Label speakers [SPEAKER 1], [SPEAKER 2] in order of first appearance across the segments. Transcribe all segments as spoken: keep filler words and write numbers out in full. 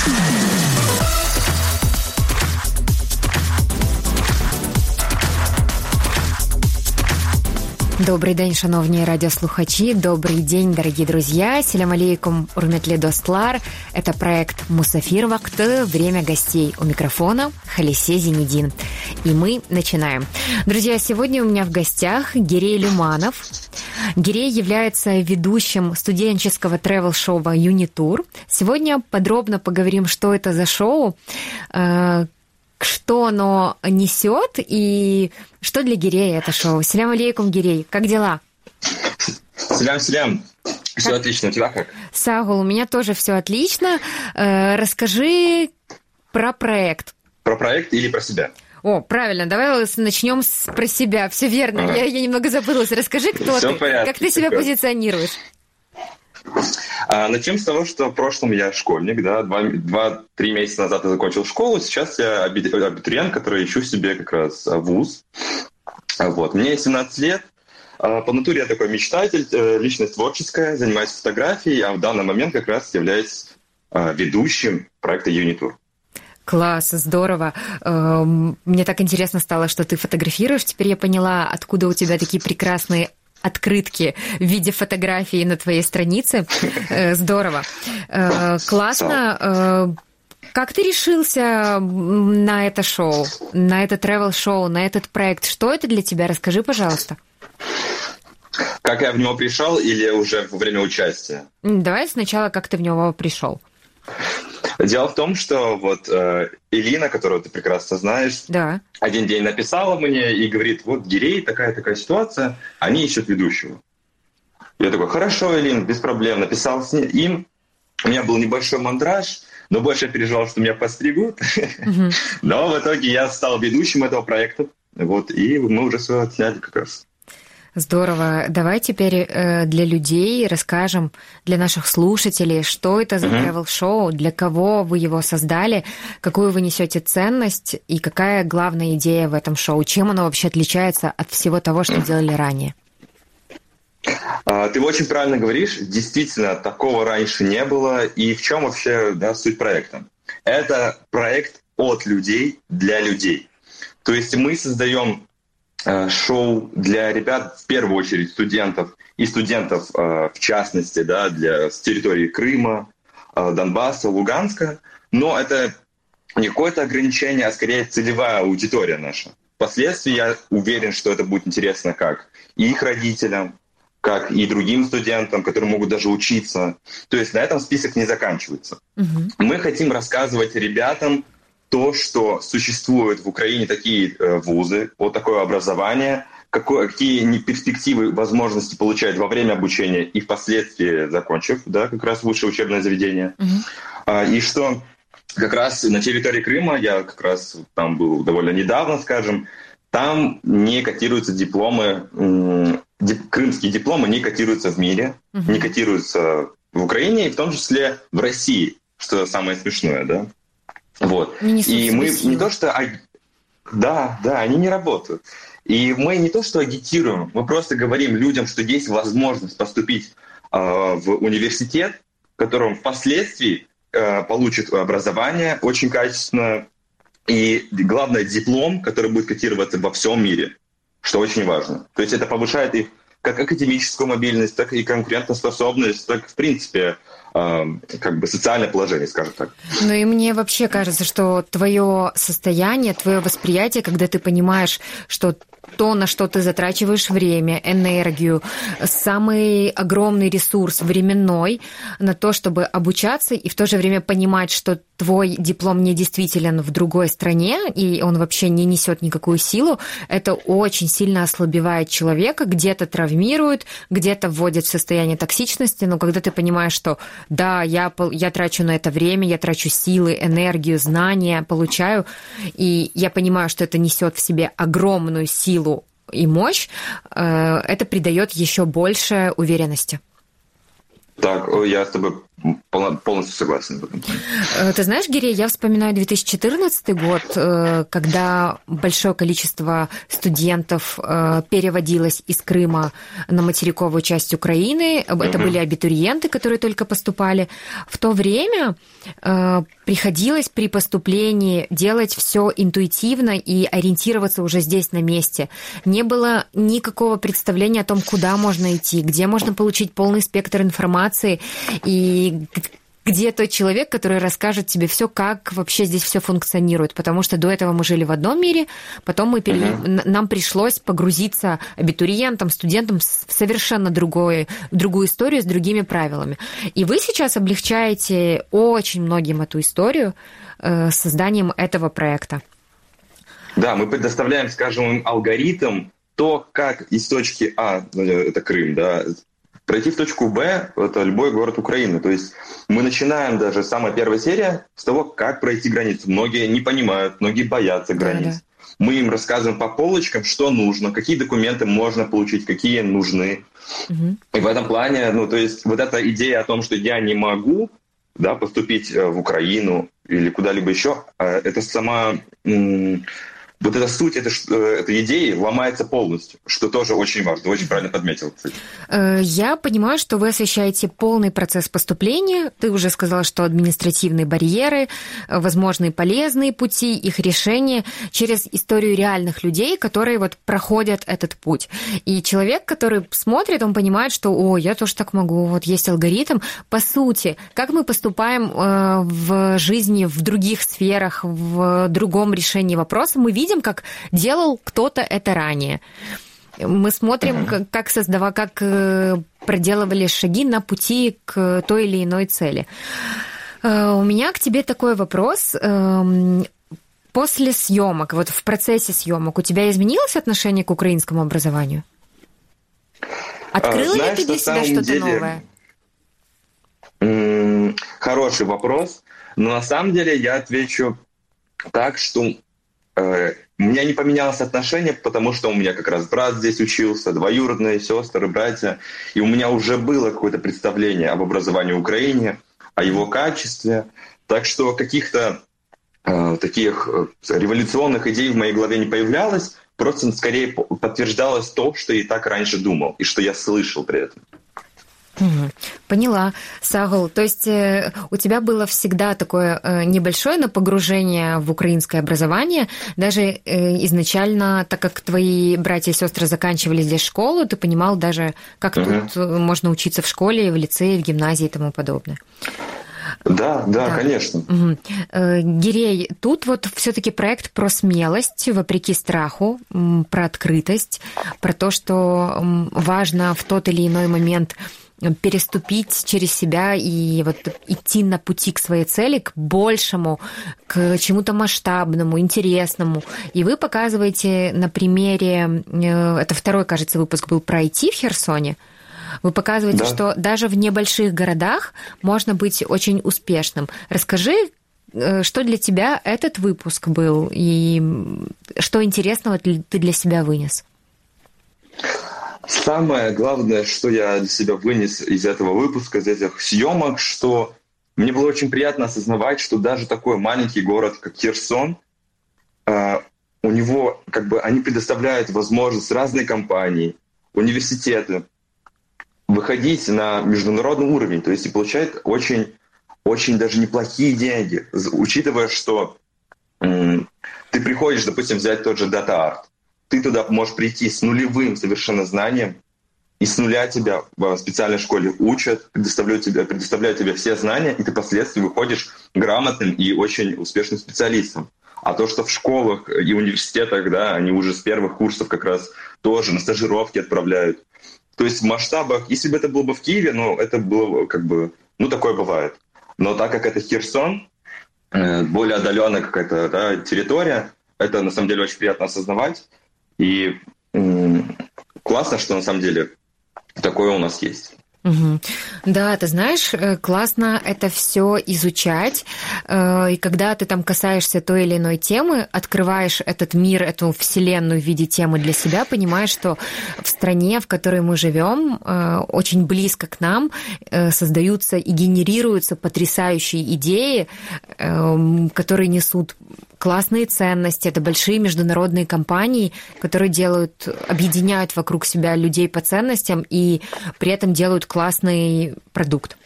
[SPEAKER 1] Добрий день, шановні радиослухачи, добрый день, дорогие друзья. Селям алейкум, урметле достлар. Это проект «Мусафир Вакты. Время гостей». У микрофона Халисе Зенедин. И мы начинаем. Друзья, сегодня у меня в гостях Гирей Люманов. Гирей является ведущим студенческого тревел-шоу «Юнитур». Сегодня подробно поговорим, что это за шоу, что оно несет и что для Гирея это шоу. Селям алейкум, Гирей. Как дела?
[SPEAKER 2] Селям-селям. Все как? Отлично. У тебя как?
[SPEAKER 1] Сагул, у меня тоже все отлично. Расскажи про проект.
[SPEAKER 2] Про проект или про себя?
[SPEAKER 1] О, правильно. Давай начнем с про себя. Все верно. Ага. Я, я немного забылась. Расскажи, кто
[SPEAKER 2] все
[SPEAKER 1] ты,
[SPEAKER 2] порядке,
[SPEAKER 1] как ты себя
[SPEAKER 2] все
[SPEAKER 1] позиционируешь.
[SPEAKER 2] А, начнем с того, что в прошлом я школьник, да, два-три месяца назад я закончил школу, сейчас я абитуриент, который ищу себе как раз вуз. Вот. Мне семнадцать лет, по натуре я такой мечтатель, личность творческая, занимаюсь фотографией, а в данный момент как раз являюсь ведущим проекта «Юнитур».
[SPEAKER 1] Класс, здорово. Мне так интересно стало, что ты фотографируешь. Теперь я поняла, откуда у тебя такие прекрасные открытки в виде фотографии на твоей странице. Здорово. Классно. Как ты решился на это шоу, на это тревел-шоу, на этот проект? Что это для тебя? Расскажи, пожалуйста.
[SPEAKER 2] Как я в него пришел или уже во время участия?
[SPEAKER 1] Давай сначала, как ты в него пришел.
[SPEAKER 2] Дело в том, что вот э, Элина, которую ты прекрасно знаешь, да. один день написала мне и говорит, вот Гирей, такая-такая ситуация, они ищут ведущего. Я такой, хорошо, Элин, без проблем. Написал с ним, им, у меня был небольшой мандраж, но больше я переживал, что меня постригут. Mm-hmm. Но в итоге я стал ведущим этого проекта, вот, и мы уже все отсняли как раз.
[SPEAKER 1] Здорово. Давай теперь э, для людей расскажем, для наших слушателей, что это за тревел-шоу, для кого вы его создали, какую вы несете ценность и какая главная идея в этом шоу, чем оно вообще отличается от всего того, что делали ранее.
[SPEAKER 2] Ты очень правильно говоришь. Действительно, такого раньше не было. И в чем вообще, да, суть проекта? Это проект от людей для людей. То есть мы создаем шоу для ребят, в первую очередь студентов, и студентов в частности, да, для, с территории Крыма, Донбасса, Луганска. Но это не какое-то ограничение, а скорее целевая аудитория наша. Впоследствии я уверен, что это будет интересно как и их родителям, как и другим студентам, которые могут даже учиться. То есть на этом список не заканчивается. Угу. Мы хотим рассказывать ребятам то, что существуют в Украине такие э, вузы, вот такое образование, какое, какие перспективы, возможности получать во время обучения и впоследствии закончив, да, как раз высшее учебное заведение. Uh-huh. А, и что как раз на территории Крыма, я как раз там был довольно недавно, скажем, там не котируются дипломы, м- дип- крымские дипломы не котируются в мире, uh-huh. не котируются в Украине, и в том числе в России, что самое смешное, да. Вот. И мы силы. не то что... Да, да, они не работают. И мы не то что агитируем, мы просто говорим людям, что есть возможность поступить э, в университет, в котором впоследствии э, получат образование очень качественное, и главное, диплом, который будет котироваться во всем мире, что очень важно. То есть это повышает их как академическую мобильность, так и конкурентоспособность, так в принципе... как бы социальное положение, скажем так.
[SPEAKER 1] Ну и мне вообще кажется, что твое состояние, твое восприятие, когда ты понимаешь, что то, на что ты затрачиваешь время, энергию, самый огромный ресурс временной на то, чтобы обучаться и в то же время понимать, что твой диплом не действителен в другой стране, и он вообще не несет никакую силу, это очень сильно ослабевает человека, где-то травмирует, где-то вводит в состояние токсичности, но когда ты понимаешь, что да, я, я трачу на это время, я трачу силы, энергию, знания, получаю, и я понимаю, что это несет в себе огромную силу и мощь, это придает еще больше уверенности.
[SPEAKER 2] Так, я с тобой полностью согласен в этом.
[SPEAKER 1] Ты знаешь, Гирей, я вспоминаю две тысячи четырнадцатый год, когда большое количество студентов переводилось из Крыма на материковую часть Украины. Это uh-huh. были абитуриенты, которые только поступали. В то время приходилось при поступлении делать все интуитивно и ориентироваться уже здесь на месте. Не было никакого представления о том, куда можно идти, где можно получить полный спектр информации и где тот человек, который расскажет тебе все, как вообще здесь все функционирует. Потому что до этого мы жили в одном мире, потом мы пере... uh-huh. нам пришлось погрузиться абитуриентам, студентам в совершенно другое, в другую историю с другими правилами. И вы сейчас облегчаете очень многим эту историю э, созданием этого проекта.
[SPEAKER 2] Да, мы предоставляем, скажем, алгоритм, то, как из точки А, это Крым, да, пройти в точку Б – это любой город Украины. То есть мы начинаем даже, самая первая серия, с того, как пройти границу. Многие не понимают, многие боятся границ. Да, да. Мы им рассказываем по полочкам, что нужно, какие документы можно получить, какие нужны. Угу. И в этом плане, ну, то есть вот эта идея о том, что я не могу, да, поступить в Украину или куда-либо еще, это сама... М- Вот эта суть этой, этой идеи ломается полностью, что тоже очень важно. Ты очень правильно подметил, кстати.
[SPEAKER 1] Я понимаю, что вы освещаете полный процесс поступления. Ты уже сказала, что административные барьеры, возможные полезные пути, их решение через историю реальных людей, которые вот проходят этот путь. И человек, который смотрит, он понимает, что «О, я тоже так могу, вот есть алгоритм». По сути, как мы поступаем в жизни, в других сферах, в другом решении вопроса, мы видим, видим, как делал кто-то это ранее. Мы смотрим, uh-huh. как создавал, как проделывали шаги на пути к той или иной цели. У меня к тебе такой вопрос. После съемок, вот в процессе съемок, у тебя изменилось отношение к украинскому образованию? Открыла
[SPEAKER 2] Знаешь,
[SPEAKER 1] ли ты для себя что-то
[SPEAKER 2] деле...
[SPEAKER 1] новое?
[SPEAKER 2] Хороший вопрос. Но на самом деле я отвечу так, что у меня не поменялось отношение, потому что у меня как раз брат здесь учился, двоюродные сестры, братья, и у меня уже было какое-то представление об образовании в Украине, о его качестве. Так что каких-то э, таких революционных идей в моей голове не появлялось, просто скорее подтверждалось то, что я и так раньше думал, и что я слышал при этом.
[SPEAKER 1] Поняла. Сагул, то есть у тебя было всегда такое небольшое на погружение в украинское образование, даже изначально, так как твои братья и сестры заканчивали здесь школу, ты понимал даже, как uh-huh. тут можно учиться в школе, в лицее, в гимназии и тому подобное.
[SPEAKER 2] Да, да, да, конечно.
[SPEAKER 1] Угу. Гирей, тут вот все-таки проект про смелость, вопреки страху, про открытость, про то, что важно в тот или иной момент переступить через себя и вот идти на пути к своей цели, к большему, к чему-то масштабному, интересному. И вы показываете на примере, это второй, кажется, выпуск был про ай ти в Херсоне, вы показываете, да. что даже в небольших городах можно быть очень успешным. Расскажи, что для тебя этот выпуск был и что интересного ты для себя вынес?
[SPEAKER 2] Самое главное, что я для себя вынес из этого выпуска, из этих съемок, что мне было очень приятно осознавать, что даже такой маленький город, как Херсон, у него, как бы, они предоставляют возможность разные компании, университеты выходить на международный уровень, то есть и получать очень, очень даже неплохие деньги, учитывая, что м- ты приходишь, допустим, взять тот же Data Art, ты туда можешь прийти с нулевым совершенно знанием, и с нуля тебя в специальной школе учат, предоставляют тебе, предоставляют тебе все знания, и ты впоследствии выходишь грамотным и очень успешным специалистом. А то, что в школах и университетах, да, они уже с первых курсов как раз тоже на стажировки отправляют. То есть в масштабах, если бы это было бы в Киеве, ну, это было как бы, ну, такое бывает. Но так как это Херсон, более отдаленная какая-то, да, территория, это на самом деле очень приятно осознавать. И м- классно, что на самом деле такое у нас есть.
[SPEAKER 1] Угу. Да, ты знаешь, классно это все изучать, и когда ты там касаешься той или иной темы, открываешь этот мир, эту вселенную в виде темы для себя, понимаешь, что в стране, в которой мы живем, очень близко к нам создаются и генерируются потрясающие идеи, которые несут классные ценности. Это большие международные компании, которые делают, объединяют вокруг себя людей по ценностям и при этом делают классный продукт.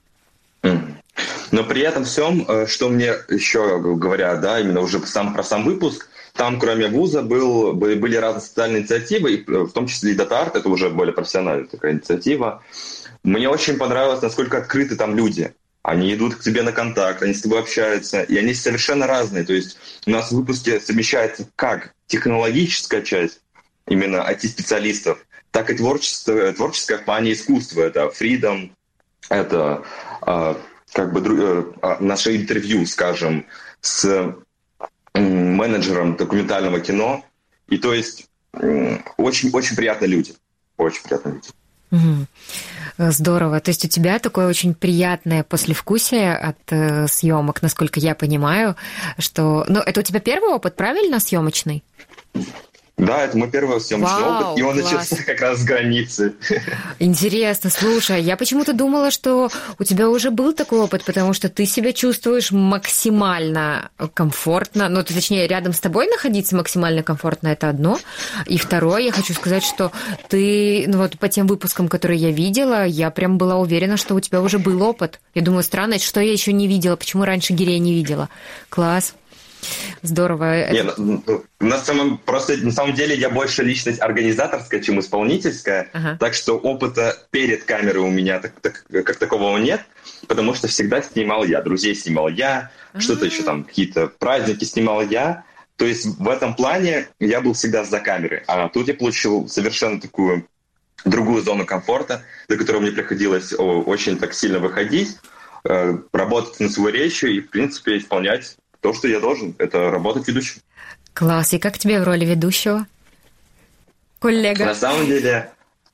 [SPEAKER 2] Но при этом всем, что мне еще говорят, да, именно уже сам, про сам выпуск, там кроме вуза был, были разные социальные инициативы, и в том числе и DataArt, это уже более профессиональная такая инициатива. Мне очень понравилось, насколько открыты там люди. Они идут к тебе на контакт, они с тобой общаются, и они совершенно разные. То есть у нас в выпуске совмещается как технологическая часть, именно ай ти-специалистов, так и творчество, творческое в плане искусства. Это Freedom, это э, как бы э, наше интервью, скажем, с э, менеджером документального кино. И то есть очень-очень э, приятные люди. Очень приятные люди.
[SPEAKER 1] Угу. Здорово. То есть у тебя такое очень приятное послевкусие от э, съемок, насколько я понимаю, что... Ну, это у тебя первый опыт, правильно, съемочный?
[SPEAKER 2] Да, это мой первый съемочный
[SPEAKER 1] Вау,
[SPEAKER 2] опыт, и он
[SPEAKER 1] класс.
[SPEAKER 2] начался как раз с границы.
[SPEAKER 1] Интересно, слушай, я почему-то думала, что у тебя уже был такой опыт, потому что ты себя чувствуешь максимально комфортно, ну, точнее, рядом с тобой находиться максимально комфортно, это одно, и второе, я хочу сказать, что ты, ну, вот по тем выпускам, которые я видела, я прям была уверена, что у тебя уже был опыт. Я думаю, странно, что я еще не видела, почему раньше гирей не видела. Класс. Здорово.
[SPEAKER 2] Не, на, самом, просто, на самом деле я больше личность организаторская, чем исполнительская, ага. Так что опыта перед камерой у меня так, так, как такового нет, потому что всегда снимал я, друзей снимал я, А-а-а. Что-то еще там, какие-то праздники снимал я. То есть в этом плане я был всегда за камерой, а тут я получил совершенно такую другую зону комфорта, до которой мне приходилось о, очень так сильно выходить, э, работать над своей речью и, в принципе, исполнять то, что я должен, это работать ведущим.
[SPEAKER 1] Класс. И как тебе в роли ведущего? Коллега.
[SPEAKER 2] На самом деле...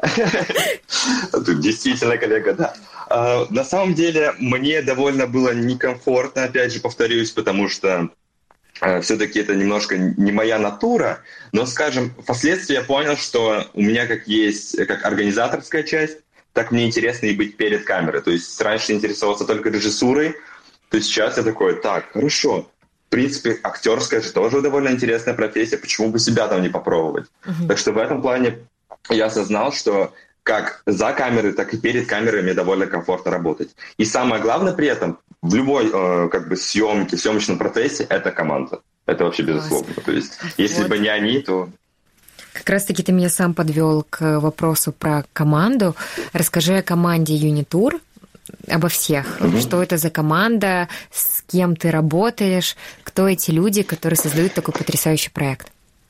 [SPEAKER 2] Тут действительно коллега, да. На самом деле мне довольно было некомфортно, опять же, повторюсь, потому что все-таки это немножко не моя натура, но, скажем, впоследствии я понял, что у меня как есть как организаторская часть, так мне интересно и быть перед камерой. То есть раньше интересовался только режиссурой, то сейчас я такой, так, хорошо, в принципе, актерская же тоже довольно интересная профессия, почему бы себя там не попробовать? Uh-huh. Так что в этом плане я осознал, что как за камерой, так и перед камерой мне довольно комфортно работать. И самое главное при этом, в любой э, как бы съемке, в съемочном процессе, это команда. Это вообще безусловно. То есть, если вот. бы не они, то...
[SPEAKER 1] Как раз-таки ты меня сам подвел к вопросу про команду. Расскажи о команде Unitour, обо всех. Mm-hmm. Что это за команда, с кем ты работаешь, кто эти люди, которые создают такой потрясающий проект?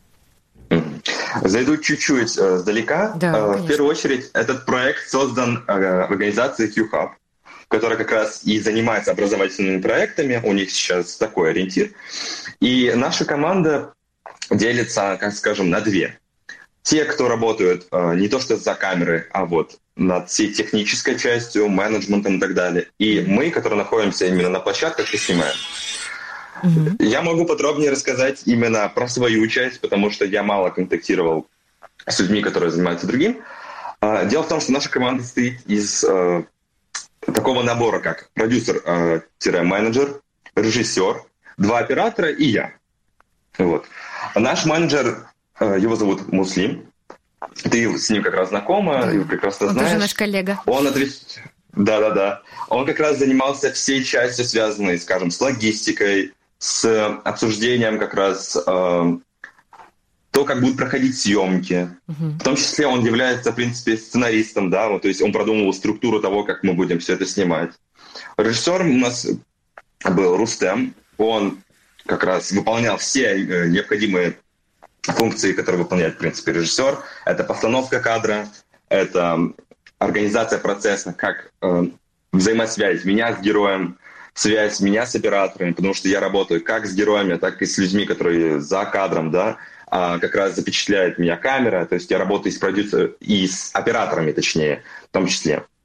[SPEAKER 2] Mm-hmm. Зайду чуть-чуть э, сдалека.
[SPEAKER 1] Да,
[SPEAKER 2] э, в первую очередь, этот проект создан э, организацией Q-Hub, которая как раз и занимается образовательными проектами. У них сейчас такой ориентир. И наша команда делится, как скажем, на две. Те, кто работают э, не то что за камерой, а вот над всей технической частью, менеджментом и так далее. И мы, которые находимся именно на площадках и снимаем. Mm-hmm. Я могу подробнее рассказать именно про свою часть, потому что я мало контактировал с людьми, которые занимаются другим. Э, дело в том, что наша команда состоит из э, такого набора, как продюсер-менеджер, э, режиссер, два оператора и я. Вот. Наш менеджер, его зовут Муслим. Ты с ним как раз знакома, да. Его прекрасно знаешь.
[SPEAKER 1] Он тоже наш коллега.
[SPEAKER 2] Он ответ... Да-да-да. Он как раз занимался всей частью, связанной, скажем, с логистикой, с обсуждением как раз э, то, как будут проходить съемки. Угу. В том числе он является, в принципе, сценаристом, да, вот, то есть он продумывал структуру того, как мы будем все это снимать. Режиссером у нас был Рустем. Он как раз выполнял все э, необходимые функции, которые выполняет, в принципе, режиссер. Это постановка кадра, это организация процесса, как э, взаимосвязь меня с героем, связь меня с операторами, потому что я работаю как с героями, так и с людьми, которые за кадром, да, а как раз запечатляет меня камера, то есть я работаю и с продюсером, и с операторами, точнее, в том числе.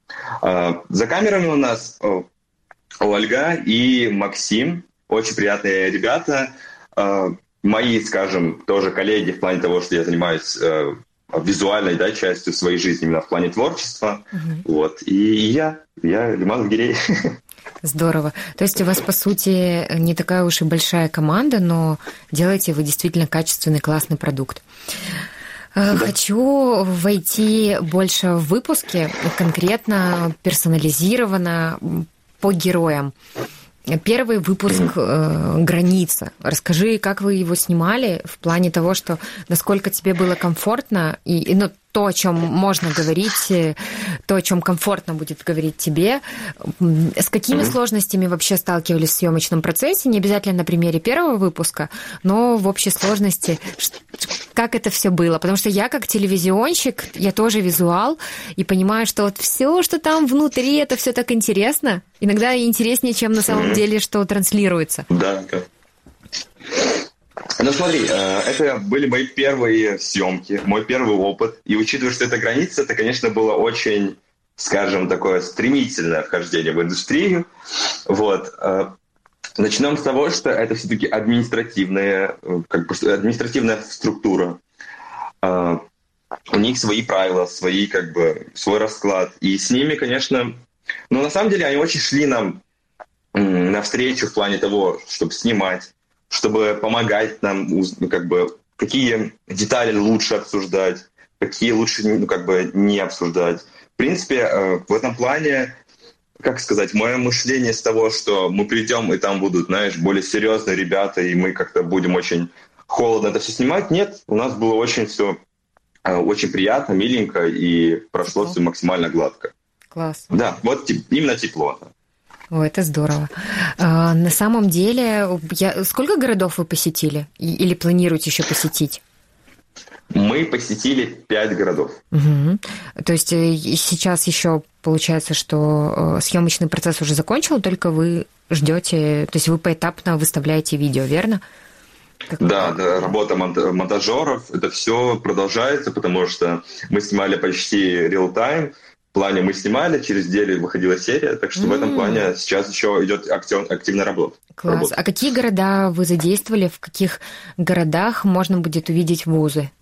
[SPEAKER 2] За камерами у нас Ольга и Максим, очень приятные ребята, мои, скажем, тоже коллеги в плане того, что я занимаюсь визуальной, да, частью своей жизни, именно в плане творчества. Угу. Вот. И я, я Лиманов Гирей.
[SPEAKER 1] Здорово. То есть у вас, по сути, не такая уж и большая команда, но делаете вы действительно качественный, классный продукт. Да. Хочу войти больше в выпуски, конкретно, персонализированно, по героям. Первый выпуск э, «Граница». Расскажи, как вы его снимали в плане того, что насколько тебе было комфортно, и, и ну, то, о чем можно говорить, то, о чем комфортно будет говорить тебе. С какими mm-hmm. сложностями вообще сталкивались в съемочном процессе? Не обязательно на примере первого выпуска, но в общей сложности, как это все было? Потому что я как телевизионщик, я тоже визуал, и понимаю, что вот все, что там внутри, это все так интересно. Иногда интереснее, чем на самом mm-hmm. деле, что транслируется.
[SPEAKER 2] Да, да. Ну смотри, это были мои первые съемки, мой первый опыт. И учитывая, что это граница, это, конечно, было очень, скажем, такое стремительное вхождение в индустрию. Вот. Начнем с того, что это все-таки административная, как бы, административная структура. У них свои правила, свои, как бы, свой расклад. И с ними, конечно... Но на самом деле они очень шли нам навстречу в плане того, чтобы снимать, чтобы помогать нам, ну, как бы, какие детали лучше обсуждать, какие лучше, ну, как бы, не обсуждать. В принципе, в этом плане, как сказать, мое мышление с того, что мы придем, и там будут, знаешь, более серьезные ребята, и мы как-то будем очень холодно это все снимать, нет, у нас было очень все очень приятно, миленько, и прошло все максимально гладко.
[SPEAKER 1] Класс.
[SPEAKER 2] Да, вот именно тепло.
[SPEAKER 1] О, это здорово. А, на самом деле, я... сколько городов вы посетили? Или планируете еще посетить?
[SPEAKER 2] Мы посетили пять городов.
[SPEAKER 1] Угу. То есть сейчас еще получается, что съемочный процесс уже закончил, только вы ждете, то есть вы поэтапно выставляете видео, верно?
[SPEAKER 2] Как... Да, да, работа монтажеров, это все продолжается, потому что мы снимали почти реал-тайм. В плане мы снимали, через неделю выходила серия, так что mm. в этом плане сейчас еще идет актив, активная работа.
[SPEAKER 1] Класс.
[SPEAKER 2] Работа.
[SPEAKER 1] А какие города вы задействовали? В каких городах можно будет увидеть вузы?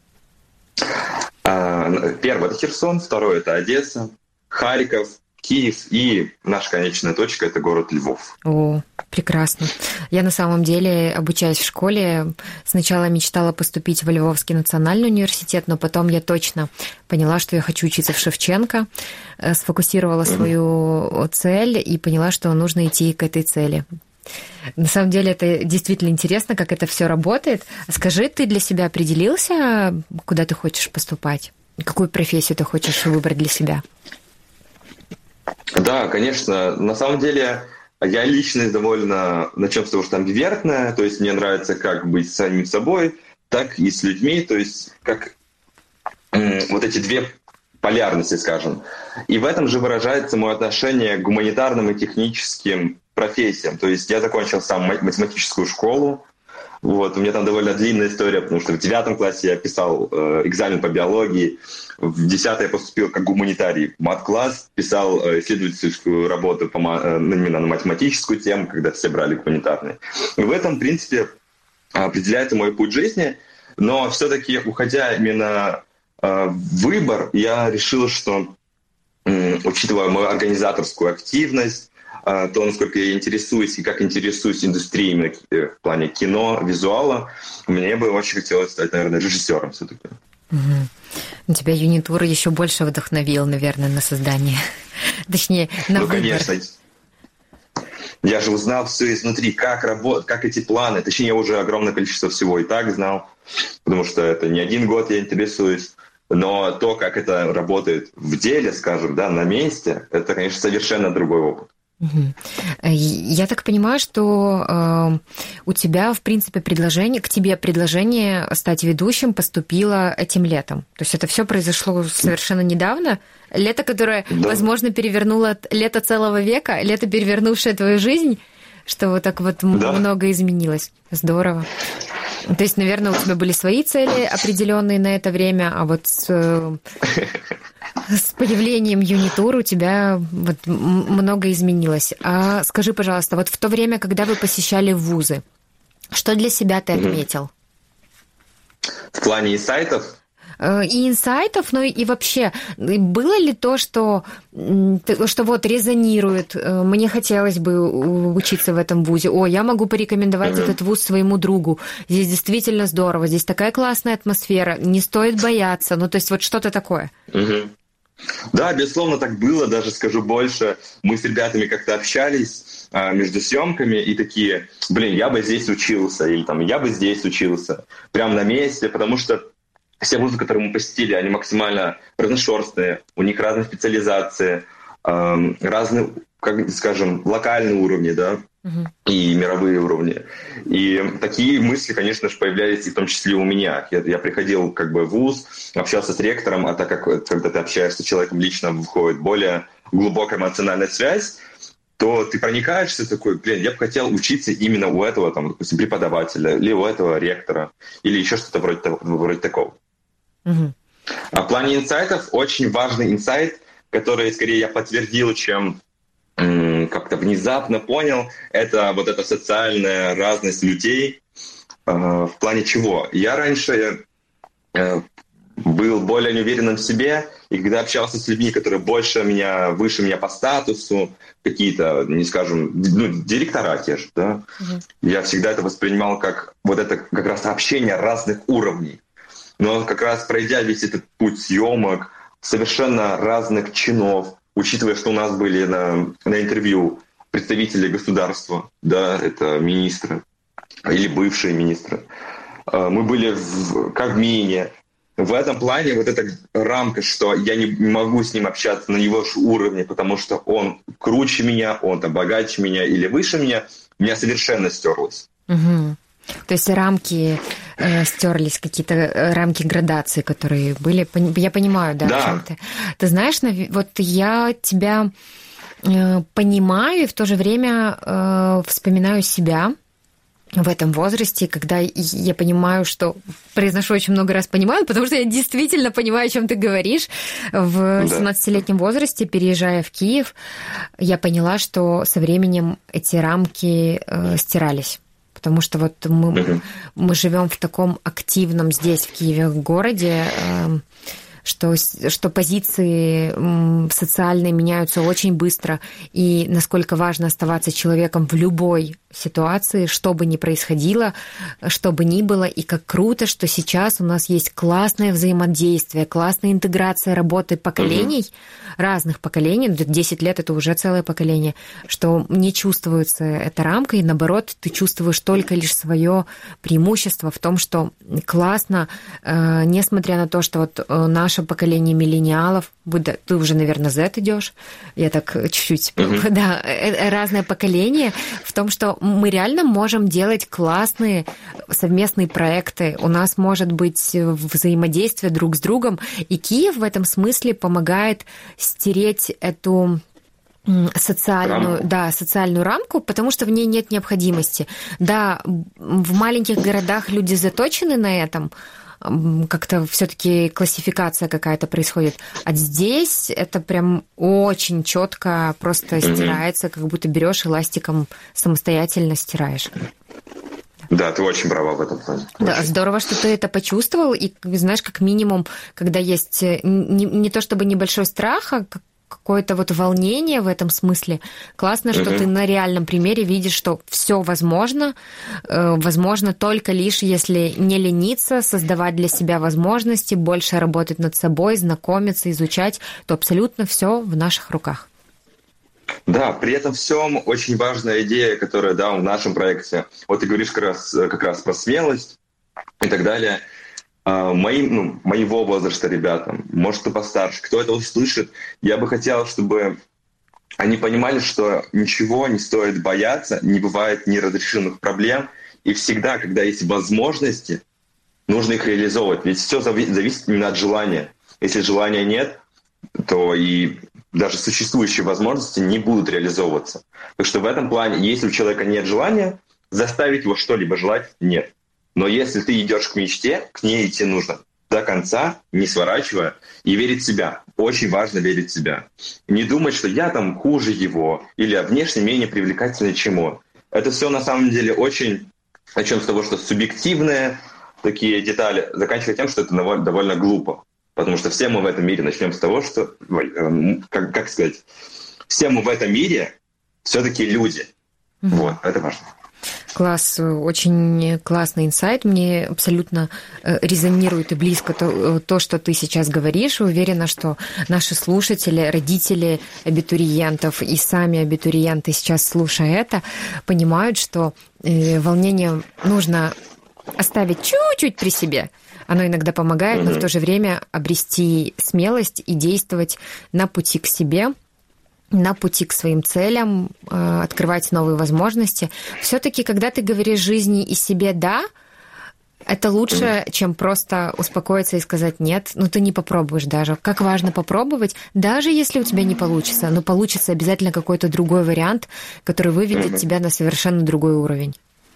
[SPEAKER 2] А, первый – это Херсон, второй – это Одесса, Харьков, Киев и наша конечная точка – это город Львов.
[SPEAKER 1] О, прекрасно. Я на самом деле, обучаясь в школе, сначала мечтала поступить в Львовский национальный университет, но потом я точно поняла, что я хочу учиться в Шевченко, сфокусировала свою цель и поняла, что нужно идти к этой цели. На самом деле это действительно интересно, как это все работает. Скажи, ты для себя определился, куда ты хочешь поступать? Какую профессию ты хочешь выбрать для себя?
[SPEAKER 2] Да, конечно. На самом деле я личность довольно, начнем с того, что амбивертная, то есть мне нравится как быть самим собой, так и с людьми, то есть как м- вот эти две полярности, скажем. И в этом же выражается мое отношение к гуманитарным и техническим профессиям. То есть я закончил сам математическую школу. Вот, у меня там довольно длинная история, потому что в девятом классе я писал э, экзамен по биологии, в десятый я поступил как гуманитарий в мат-класс, писал э, исследовательскую работу по, э, именно на математическую тему, когда все брали гуманитарные. И в этом, в принципе, определяется мой путь жизни, но все-таки, уходя именно э, в выбор, я решил, что, э, учитывая мою организаторскую активность, то, насколько я интересуюсь и как интересуюсь индустрией в плане кино, визуала, мне бы очень хотелось стать, наверное, режиссером все-таки.
[SPEAKER 1] Угу. Тебя юнитур еще больше вдохновил, наверное, на создание. Точнее, на
[SPEAKER 2] ну,
[SPEAKER 1] выбор.
[SPEAKER 2] Конечно. Я же узнал все изнутри, как работать, как эти планы. Точнее, я уже огромное количество всего и так знал, потому что это не один год я интересуюсь. Но то, как это работает в деле, скажем, да, на месте, это, конечно, совершенно другой опыт.
[SPEAKER 1] Я так понимаю, что э, у тебя, в принципе, предложение, к тебе предложение стать ведущим поступило этим летом. То есть это все произошло совершенно недавно. Лето, которое, да. возможно, перевернуло лето целого века, лето, перевернувшее твою жизнь, что вот так вот да. много изменилось. Здорово. То есть, наверное, у тебя были свои цели определенные на это время, а вот с, с появлением Юнитур у тебя вот много изменилось. А скажи, пожалуйста, вот в то время, когда вы посещали вузы, что для себя ты отметил?
[SPEAKER 2] В плане инсайтов?
[SPEAKER 1] И инсайтов, но и вообще, было ли то, что, что вот резонирует, мне хотелось бы учиться в этом вузе, о, я могу порекомендовать mm-hmm. этот вуз своему другу, здесь действительно здорово, здесь такая классная атмосфера, не стоит бояться, ну то есть вот что-то такое.
[SPEAKER 2] Mm-hmm. Да, безусловно, так было, даже скажу больше, мы с ребятами как-то общались а, между съемками и такие, блин, я бы здесь учился, или там, я бы здесь учился, прямо на месте, потому что все вузы, которые мы посетили, они максимально разношерстные, у них разные специализации, э, разные, как скажем, локальные уровни, да, uh-huh. и мировые уровни. И такие мысли, конечно же, появлялись и в том числе у меня. Я, я приходил как бы в вуз, общался с ректором, а так как когда ты общаешься с человеком лично, выходит более глубокая эмоциональная связь, то ты проникаешься такой, блин, я бы хотел учиться именно у этого, там, допустим, преподавателя, или у этого ректора, или еще что-то вроде, того, вроде такого. Uh-huh. А в плане инсайтов очень важный инсайт, который скорее я подтвердил, чем м- как-то внезапно понял, это вот эта социальная разность людей. Э- в плане чего? Я раньше э- был более неуверенным в себе, и когда общался с людьми, которые больше меня, выше меня по статусу, какие-то, не скажем, ну, директора те же, да, uh-huh. я всегда это воспринимал как вот это как раз общение разных уровней. Но как раз пройдя весь этот путь съемок, совершенно разных чинов, учитывая, что у нас были на, на интервью представители государства, да, это министры или бывшие министры, мы были в Кабмине. В этом плане вот эта рамка, что я не могу с ним общаться на его же уровне, потому что он круче меня, он там богаче меня или выше меня, у меня совершенно стерлось.
[SPEAKER 1] Угу. То есть рамки э, стерлись, какие-то э, рамки градации, которые были. Я понимаю, да,
[SPEAKER 2] да.
[SPEAKER 1] о чем ты. Ты знаешь, вот я тебя э, понимаю и в то же время э, вспоминаю себя в этом возрасте, когда я понимаю, что произношу очень много раз понимаю, потому что я действительно понимаю, о чем ты говоришь. В семнадцатилетнем возрасте, переезжая в Киев, я поняла, что со временем эти рамки э, стирались. Потому что вот мы, uh-huh. мы живем в таком активном здесь, в Киеве, городе, что, что позиции социальные меняются очень быстро, и насколько важно оставаться человеком в любой ситуации, что бы ни происходило, что бы ни было, и как круто, что сейчас у нас есть классное взаимодействие, классная интеграция работы поколений, uh-huh. разных поколений, десять лет — это уже целое поколение, что не чувствуется эта рамка, и наоборот, ты чувствуешь только лишь свое преимущество в том, что классно, несмотря на то, что вот наше поколение миллениалов, ты уже, наверное, Z идешь, я так чуть-чуть, uh-huh. да, разное поколение, в том, что мы реально можем делать классные совместные проекты, у нас может быть взаимодействие друг с другом, и Киев в этом смысле помогает стереть эту социальную, рамку. Да, социальную рамку, потому что в ней нет необходимости. Да, в маленьких городах люди заточены на этом, как-то все-таки классификация какая-то происходит. А здесь это прям очень четко просто mm-hmm. стирается, как будто берешь и ластиком самостоятельно стираешь.
[SPEAKER 2] Да, ты очень права в этом плане.
[SPEAKER 1] Да, очень. Здорово, что ты это почувствовал. И, знаешь, как минимум, когда есть не, не то чтобы небольшой страх, а какое-то вот волнение в этом смысле. Классно, что uh-huh. ты на реальном примере видишь, что все возможно. Возможно только лишь, если не лениться, создавать для себя возможности, больше работать над собой, знакомиться, изучать, то абсолютно все в наших руках.
[SPEAKER 2] Да, при этом всем очень важная идея, которая, да, в нашем проекте, вот ты говоришь как раз, как раз про смелость и так далее. Моим, ну, моего возраста ребятам, может, кто постарше, кто это услышит, я бы хотел, чтобы они понимали, что ничего не стоит бояться, не бывает неразрешенных проблем, и всегда, когда есть возможности, нужно их реализовывать. Ведь все зависит именно от желания. Если желания нет, то и даже существующие возможности не будут реализовываться. Так что в этом плане, если у человека нет желания, заставить его что-либо желать нет. Но если ты идешь к мечте, к ней идти нужно до конца, не сворачивая, и верить в себя. Очень важно верить в себя. Не думать, что я там хуже его, или внешне менее привлекательный, чем он. Это все на самом деле очень, начнем с того, что субъективные такие детали, заканчивая тем, что это довольно, довольно глупо. Потому что все мы в этом мире, начнем с того, что, как, как сказать, все мы в этом мире все-таки люди. Mm-hmm. Вот, это важно.
[SPEAKER 1] Класс, очень классный инсайт. Мне абсолютно резонирует и близко то, то, что ты сейчас говоришь. Уверена, что наши слушатели, родители абитуриентов и сами абитуриенты, сейчас, слушая это, понимают, что волнение нужно оставить чуть-чуть при себе. Оно иногда помогает, но в то же время обрести смелость и действовать на пути к себе, на пути к своим целям, открывать новые возможности. Все-таки, когда ты говоришь жизни и себе «да», это лучше, чем просто успокоиться и сказать «нет». Ну, ты не попробуешь даже. Как важно попробовать, даже если у тебя не получится. Но получится обязательно какой-то другой вариант, который выведет тебя на совершенно другой уровень.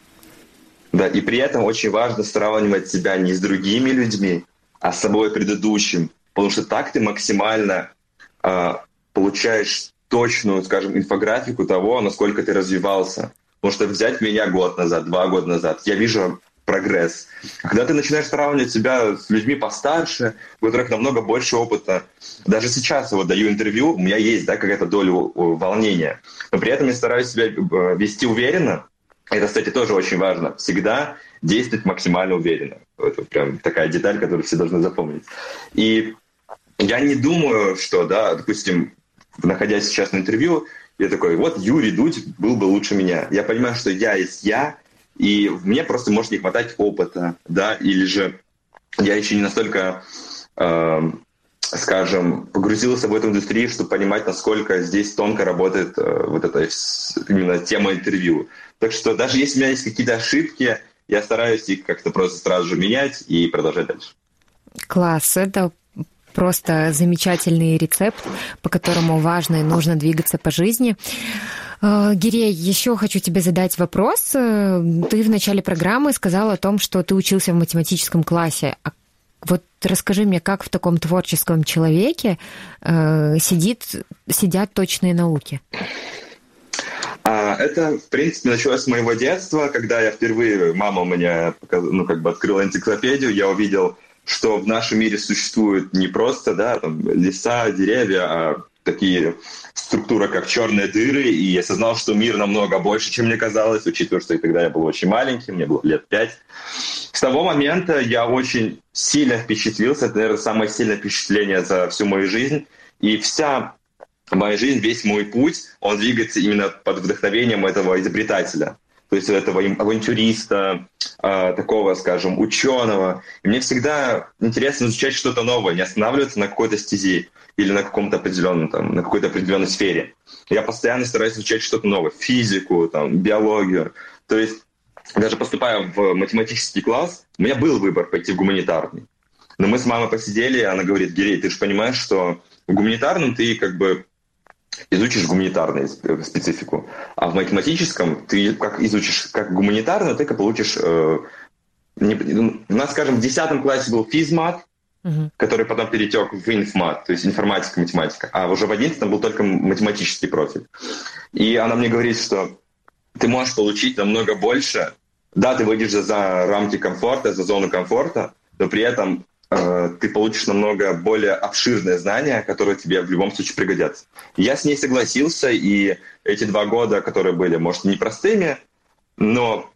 [SPEAKER 2] Да, и при этом очень важно сравнивать себя не с другими людьми, а с собой предыдущим. Потому что так ты максимально э, получаешь точную, скажем, инфографику того, насколько ты развивался. Потому что взять меня год назад, два года назад, я вижу прогресс. Когда ты начинаешь сравнивать себя с людьми постарше, у которых намного больше опыта, даже сейчас я вот даю интервью, у меня есть, да, какая-то доля волнения, но при этом я стараюсь себя вести уверенно. Это, кстати, тоже очень важно. Всегда действовать максимально уверенно. Это прям такая деталь, которую все должны запомнить. И я не думаю, что, да, допустим, находясь сейчас на интервью, я такой, вот Юрий Дудь был бы лучше меня. Я понимаю, что я есть я, и мне просто может не хватать опыта, да, или же я еще не настолько, э, скажем, погрузился в эту индустрию, чтобы понимать, насколько здесь тонко работает э, вот эта именно тема интервью. Так что даже если у меня есть какие-то ошибки, я стараюсь их как-то просто сразу же менять и продолжать дальше.
[SPEAKER 1] Класс, это просто замечательный рецепт, по которому важно и нужно двигаться по жизни. Гирей, еще хочу тебе задать вопрос. Ты в начале программы сказал о том, что ты учился в математическом классе. А вот расскажи мне, как в таком творческом человеке сидит, сидят точные науки?
[SPEAKER 2] Это, в принципе, началось с моего детства, когда я впервые, мама у меня ну, как бы открыла энциклопедию, я увидел, что в нашем мире существуют не просто да, там, леса, деревья, а такие структуры, как черные дыры, и я осознал, что мир намного больше, чем мне казалось, учитывая, что тогда я был очень маленький, мне было лет пять. С того момента я очень сильно впечатлился, это, наверное, самое сильное впечатление за всю мою жизнь, и вся моя жизнь, весь мой путь, он двигается именно под вдохновением этого изобретателя. То есть этого авантюриста, такого, скажем, ученого. И мне всегда интересно изучать что-то новое, не останавливаться на какой-то стези или на каком-то определенном, там, на какой-то определенной сфере. Я постоянно стараюсь изучать что-то новое, физику, там, биологию. То есть даже поступая в математический класс, у меня был выбор пойти в гуманитарный. Но мы с мамой посидели, и она говорит: Гирей, ты же понимаешь, что в гуманитарном ты как бы изучишь гуманитарную специфику, а в математическом ты как изучишь как гуманитарную, так и получишь... Э, не, у нас, скажем, в десятом классе был физмат, uh-huh. который потом перетек в инфмат, то есть информатика, математика, а уже в одиннадцатом был только математический профиль. И она мне говорит, что ты можешь получить намного больше. Да, ты выйдешь за, за рамки комфорта, за зону комфорта, но при этом ты получишь намного более обширные знания, которые тебе в любом случае пригодятся. Я с ней согласился, и эти два года, которые были, может, непростыми, но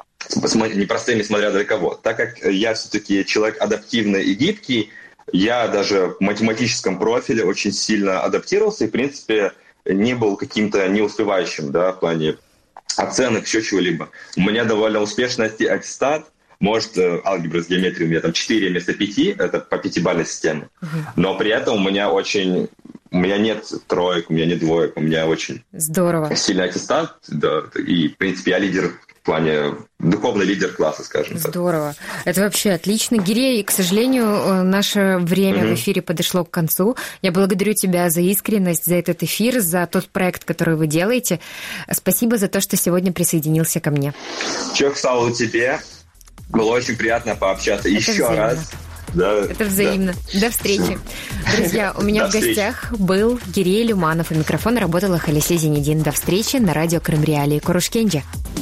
[SPEAKER 2] непростыми, смотря для кого. Так как я все-таки человек адаптивный и гибкий, я даже в математическом профиле очень сильно адаптировался и, в принципе, не был каким-то неуспевающим, да, в плане оценок, еще чего-либо. У меня довольно успешный аттестат. Может, алгебра с геометрией у меня там четыре вместо пяти, это по пятибалльной системе. Uh-huh. Но при этом у меня очень... У меня нет троек, у меня нет двоек, у меня очень...
[SPEAKER 1] Здорово.
[SPEAKER 2] Сильный аттестат, да. И, в принципе, я лидер в плане... Духовный лидер класса, скажем так.
[SPEAKER 1] Здорово. Это вообще отлично. Гирей, к сожалению, наше время uh-huh. в эфире подошло к концу. Я благодарю тебя за искренность, за этот эфир, за тот проект, который вы делаете. Спасибо за то, что сегодня присоединился ко мне.
[SPEAKER 2] Чех слава тебе. Было очень приятно пообщаться.
[SPEAKER 1] Это
[SPEAKER 2] еще
[SPEAKER 1] взаимно.
[SPEAKER 2] раз. Да,
[SPEAKER 1] Это взаимно. Да. До встречи. Друзья, у меня
[SPEAKER 2] До
[SPEAKER 1] в
[SPEAKER 2] встречи.
[SPEAKER 1] гостях был Гирей Люманов. У микрофона работала Халисе Зенедин. До встречи на радио Крым Реалии. Курушкенджи.